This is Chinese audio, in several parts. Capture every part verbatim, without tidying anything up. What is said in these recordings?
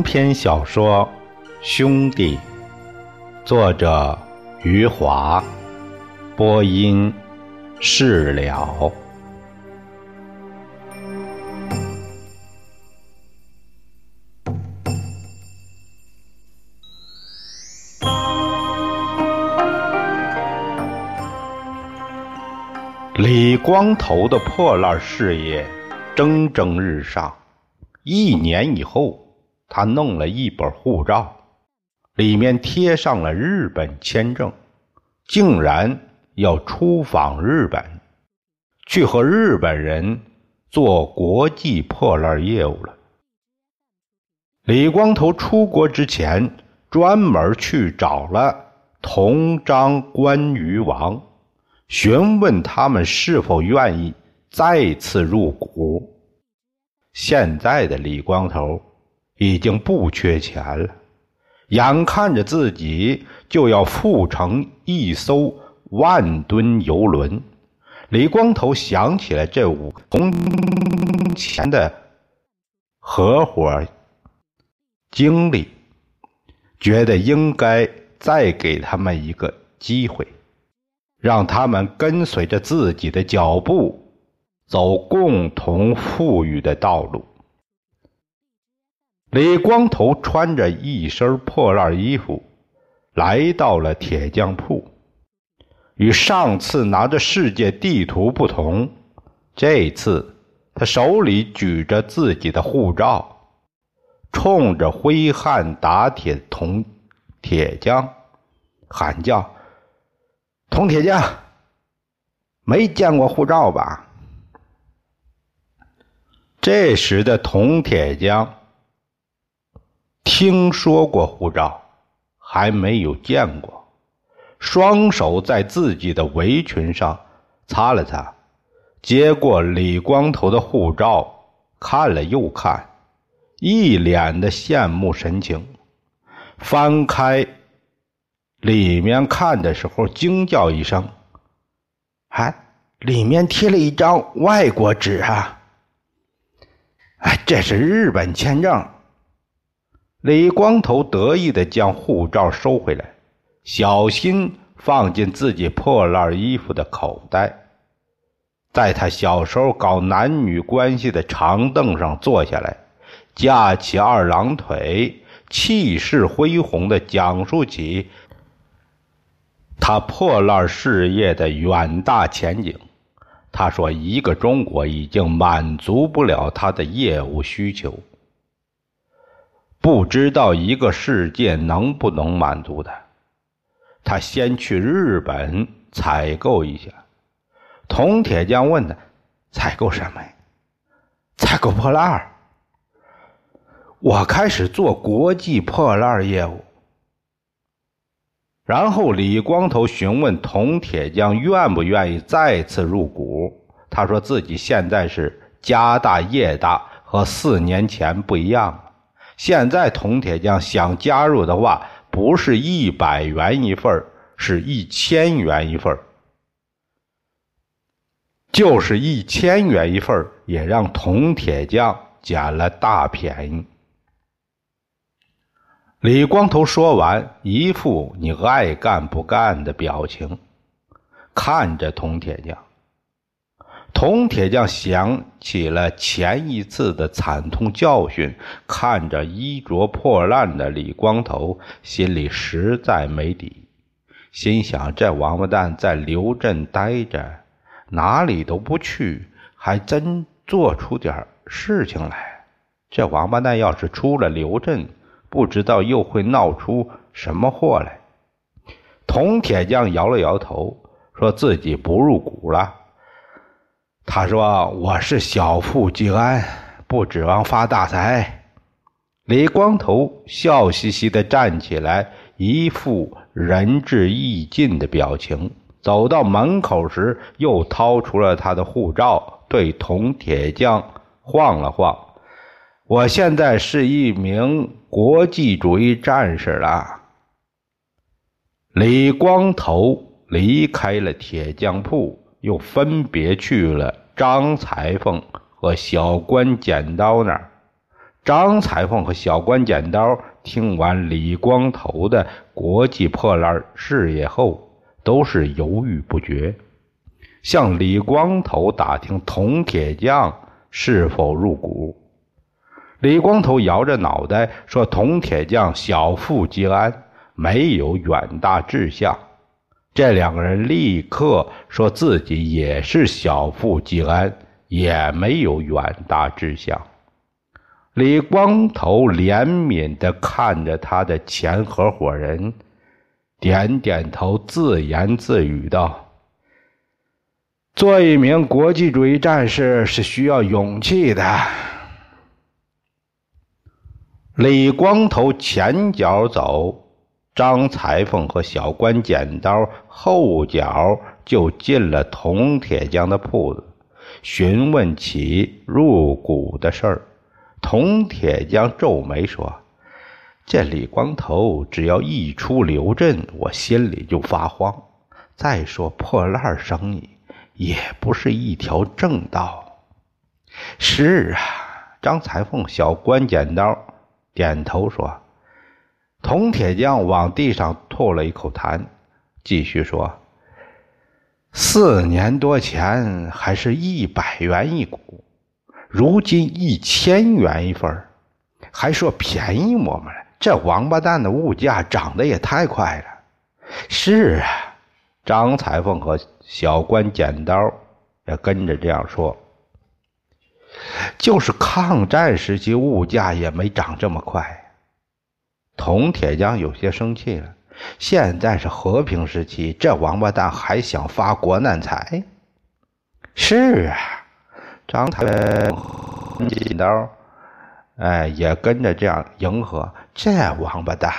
篇小说《兄弟》，作者余华，播音释了。李光头的破烂事业蒸蒸日上，一年以后，他弄了一本护照，里面贴上了日本签证，竟然要出访日本，去和日本人做国际破烂业务了。李光头出国之前，专门去找了同章关于王，询问他们是否愿意再次入股。现在的李光头已经不缺钱了，眼看着自己就要复成一艘万吨游轮。李光头想起来这五从前的合伙经历，觉得应该再给他们一个机会，让他们跟随着自己的脚步走共同富裕的道路。李光头穿着一身破烂衣服来到了铁匠铺，与上次拿着世界地图不同，这次他手里举着自己的护照，冲着挥汗打铁的铜铁匠喊叫：铜铁匠，没见过护照吧？这时的铜铁匠听说过护照，还没有见过，双手在自己的围裙上擦了擦，接过李光头的护照，看了又看，一脸的羡慕神情。翻开里面看的时候，惊叫一声：哎，里面贴了一张外国纸啊！哎，这是日本签证。李光头得意地将护照收回来，小心放进自己破烂衣服的口袋。在他小时候搞男女关系的长凳上坐下来，架起二郎腿，气势恢宏地讲述起他破烂事业的远大前景。他说一个中国已经满足不了他的业务需求，不知道一个世界能不能满足他。他先去日本采购一下。铜铁匠问他：采购什么呀？采购破烂。我开始做国际破烂业务。然后李光头询问铜铁匠愿不愿意再次入股。他说自己现在是家大业大，和四年前不一样了。现在铜铁匠想加入的话，不是一百元一份，是一千元一份，就是一千元一份，也让铜铁匠捡了大便宜。李光头说完，一副你爱干不干的表情，看着铜铁匠。铜铁匠想起了前一次的惨痛教训，看着衣着破烂的李光头，心里实在没底，心想这王八蛋在刘镇待着，哪里都不去，还真做出点事情来。这王八蛋要是出了刘镇，不知道又会闹出什么祸来。铜铁匠摇了摇头，说自己不入股了。他说我是小富即安，不指望发大财。李光头笑嘻嘻地站起来，一副仁至义尽的表情，走到门口时又掏出了他的护照，对铜铁匠晃了晃：我现在是一名国际主义战士了。李光头离开了铁匠铺，又分别去了张裁缝和小关剪刀那儿。 张彩凤和小关剪刀听完李光头的国际破烂事业后，都是犹豫不决，向李光头打听铜铁匠是否入股。李光头摇着脑袋说，铜铁匠小富即安，没有远大志向。这两个人立刻说自己也是小富即安，也没有远大志向。李光头怜悯地看着他的前合伙人，点点头，自言自语道：做一名国际主义战士是需要勇气的。李光头前脚走，张彩凤和小关剪刀后脚就进了铜铁匠的铺子，询问起入股的事儿。铜铁匠皱眉说，这李光头只要一出刘镇，我心里就发慌。再说破烂生意也不是一条正道。是啊，张彩凤、小关剪刀点头说。铜铁匠往地上吐了一口痰，继续说，四年多前还是一百元一股，如今一千元一份，还说便宜我们了。这王八蛋的物价涨得也太快了。是啊，张彩凤和小关剪刀也跟着这样说。就是抗战时期物价也没涨这么快。铜铁匠有些生气了，现在是和平时期，这王八蛋还想发国难财。是啊，张彩凤剪刀哎，也跟着这样迎合，这王八蛋。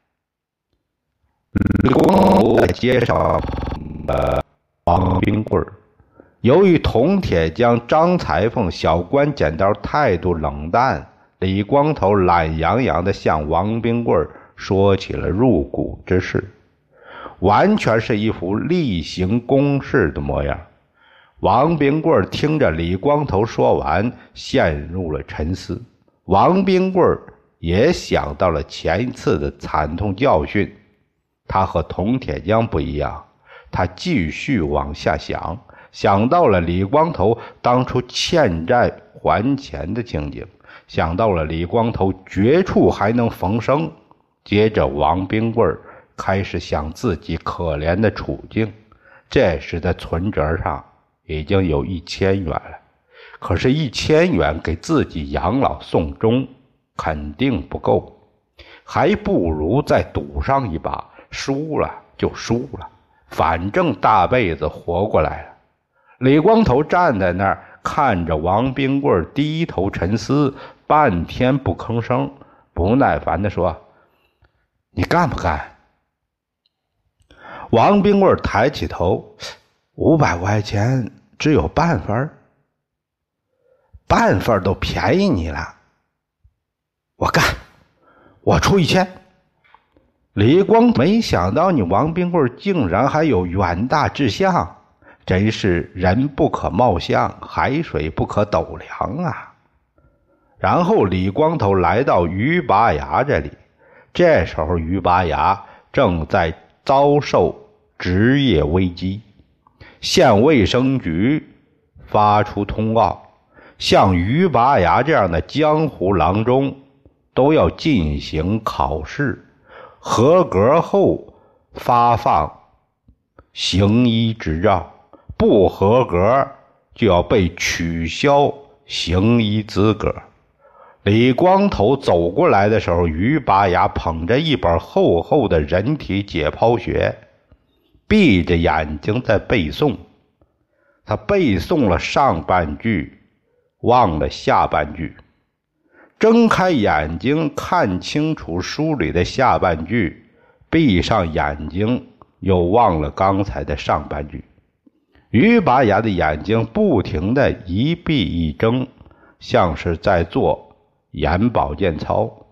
李光头在街上的王冰棍，由于铜铁匠、张彩凤、小关剪刀态度冷淡，李光头懒洋洋地向王冰棍说起了入股之事，完全是一副例行公事的模样。王冰棍听着李光头说完，陷入了沉思。王冰棍也想到了前一次的惨痛教训，他和铜铁匠不一样，他继续往下想，想到了李光头当初欠债还钱的情景，想到了李光头绝处还能逢生。接着王冰棍开始想自己可怜的处境，这时的存折上已经有一千元了，可是一千元给自己养老送终肯定不够，还不如再赌上一把，输了就输了，反正大辈子活过来了。李光头站在那儿看着王冰棍低头沉思，半天不吭声，不耐烦地说，你干不干？王冰棍抬起头，五百块钱只有半分，半份都便宜你了，我干，我出一千。李光没想到你王冰棍竟然还有远大志向，真是人不可貌相，海水不可斗量啊。然后李光头来到于拔牙这里，这时候于拔牙正在遭受职业危机，县卫生局发出通告，像于拔牙这样的江湖郎中都要进行考试，合格后发放行医执照，不合格就要被取消行医资格。李光头走过来的时候，于拔牙捧着一本厚厚的人体解剖学，闭着眼睛在背诵。他背诵了上半句，忘了下半句，睁开眼睛看清楚书里的下半句，闭上眼睛又忘了刚才的上半句。于拔牙的眼睛不停地一闭一睁，像是在做眼保健操。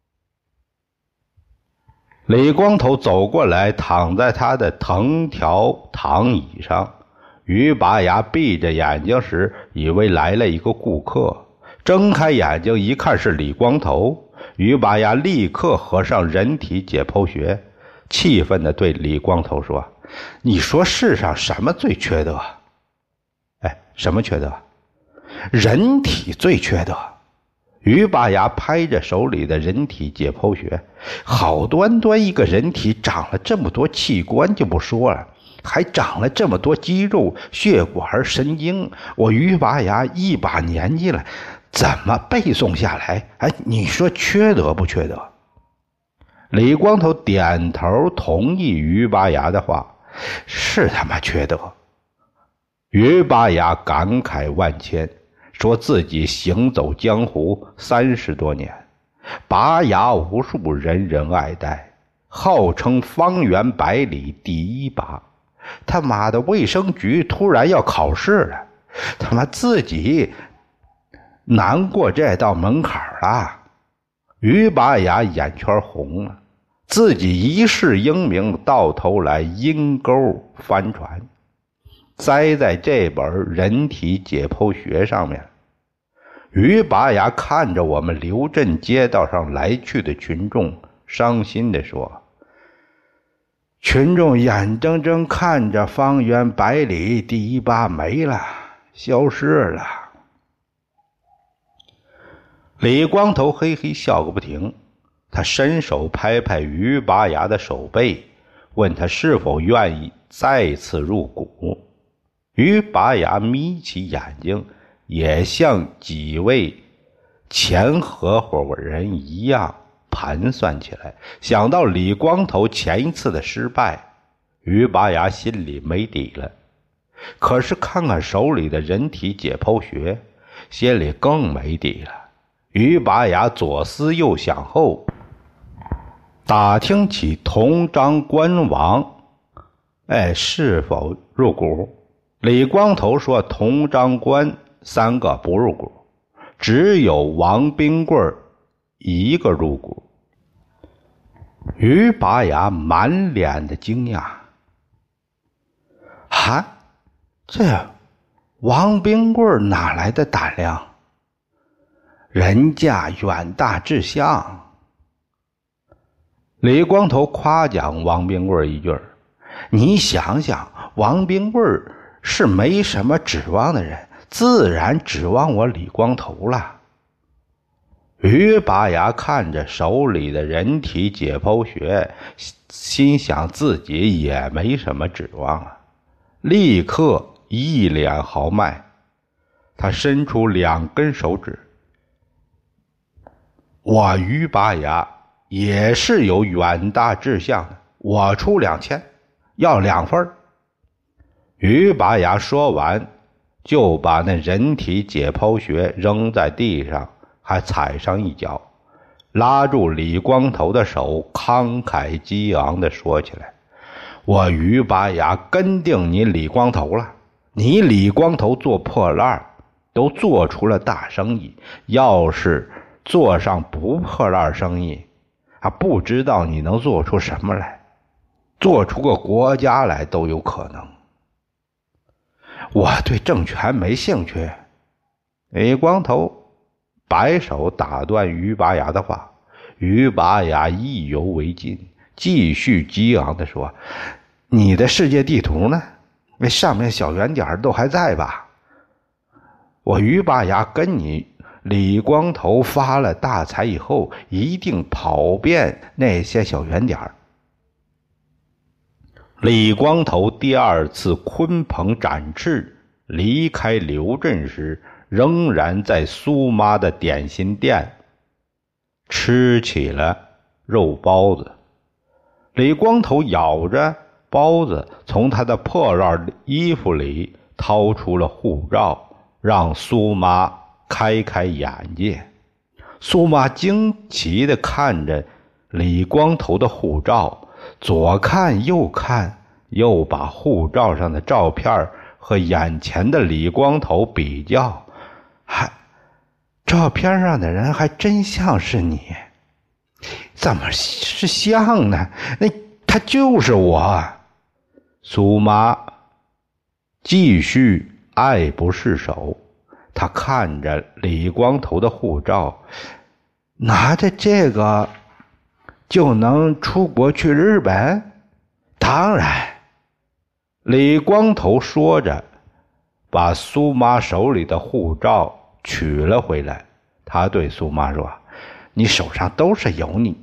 李光头走过来，躺在他的藤条躺椅上。于拔牙闭着眼睛时，以为来了一个顾客， 睁开眼睛一看是李光头，于拔牙立刻合上人体解剖学，气愤地对李光头说：你说世上什么最缺德？哎，什么缺德？人体最缺德。于拔牙拍着手里的人体解剖学，好端端一个人体长了这么多器官就不说了，还长了这么多肌肉、血管、神经，我于拔牙一把年纪了，怎么背诵下来？哎，你说缺德不缺德？李光头点头同意于拔牙的话，是他妈缺德。于拔牙感慨万千，说自己行走江湖三十多年，拔牙无数，人人爱戴，号称方圆百里第一拔。他妈的，卫生局突然要考试了，他妈自己难过这道门槛了。于拔牙眼圈红了，自己一世英名到头来阴沟翻船，栽在这本人体解剖学上面。于拔牙看着我们刘镇街道上来去的群众，伤心地说：群众眼睁睁看着方圆百里第一拔没了，消失了。李光头嘿嘿笑个不停，他伸手拍拍于拔牙的手背，问他是否愿意再次入股。于拔牙眯起眼睛，也像几位前合伙人一样盘算起来。想到李光头前一次的失败，于拔牙心里没底了。可是看看手里的人体解剖学，心里更没底了。于拔牙左思右想后，打听起同章官王，哎，是否入股？李光头说同章官三个不入股，只有王冰棍一个入股。于拔牙满脸的惊讶，啊，这王冰棍哪来的胆量？人家远大志向。李光头夸奖王冰棍一句：你想想，王冰棍是没什么指望的人，自然指望我李光头了。于拔牙看着手里的人体解剖学，心想自己也没什么指望了，立刻一脸豪迈。他伸出两根手指：我于拔牙也是有远大志向的，我出两千，要两份。于拔牙说完，就把那人体解剖学扔在地上，还踩上一脚，拉住李光头的手，慷慨激昂地说起来：我于拔牙跟定你李光头了，你李光头做破烂都做出了大生意，要是做上不破烂生意，还不知道你能做出什么来，做出个国家来都有可能。我对政权没兴趣。李光头摆手打断于拔牙的话。于拔牙意犹未尽，继续激昂地说：你的世界地图呢？那上面小圆点都还在吧？我于拔牙跟你李光头发了大财以后，一定跑遍那些小圆点。李光头第二次鲲鹏展翅离开刘镇时，仍然在苏妈的点心店吃起了肉包子。李光头咬着包子，从他的破烂衣服里掏出了护照，让苏妈开开眼界。苏妈惊奇地看着李光头的护照，左看右看，又把护照上的照片和眼前的李光头比较，还照片上的人还真像是你。怎么是像呢？那他就是我。苏妈继续爱不释手， 他看着李光头的护照，拿着这个就能出国去日本？当然。李光头说着，把苏妈手里的护照取了回来。他对苏妈说：“你手上都是油腻。”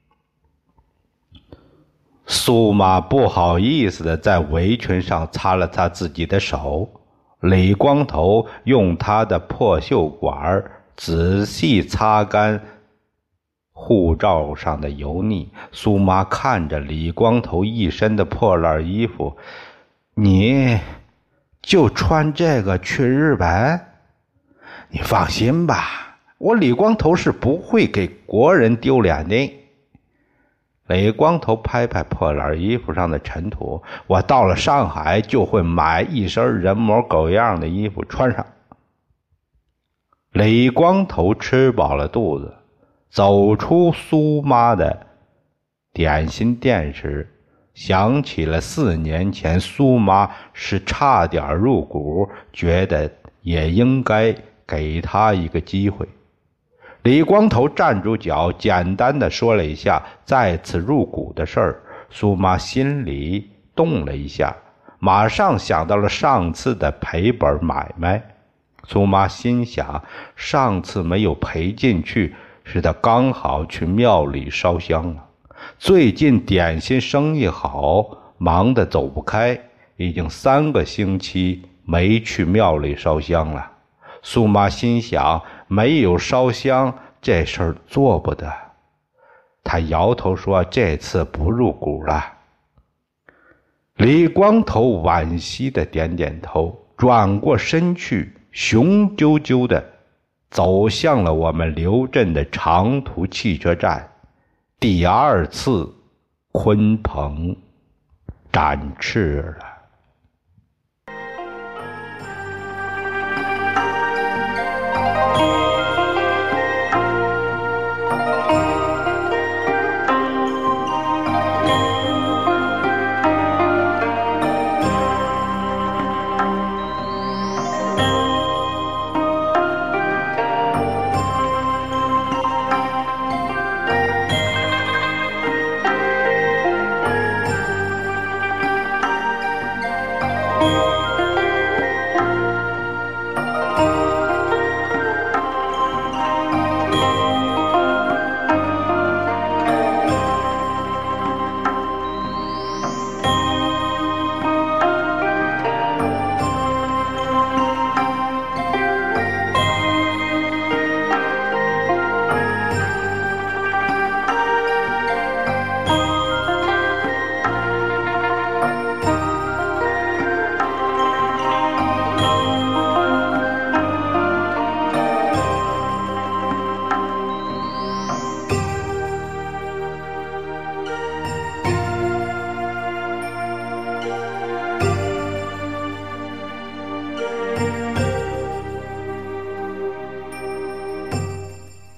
苏妈不好意思地在围裙上擦了擦自己的手。李光头用他的破袖管仔细擦干护照上的油腻。苏妈看着李光头一身的破烂衣服，你就穿这个去日本？你放心吧，我李光头是不会给国人丢脸的。李光头拍拍破烂衣服上的尘土，我到了上海就会买一身人模狗样的衣服穿上。李光头吃饱了肚子，走出苏妈的点心店时，想起了四年前苏妈是差点入股，觉得也应该给他一个机会。李光头站住脚，简单的说了一下再次入股的事儿。苏妈心里动了一下，马上想到了上次的赔本买卖。苏妈心想，上次没有赔进去，是他刚好去庙里烧香了。最近点心生意好，忙得走不开，已经三个星期没去庙里烧香了。苏妈心想，没有烧香这事儿做不得。她摇头说，这次不入股了。李光头惋惜的点点头，转过身去，雄赳赳的走向了我们刘镇的长途汽车站。第二次鲲鹏展翅了。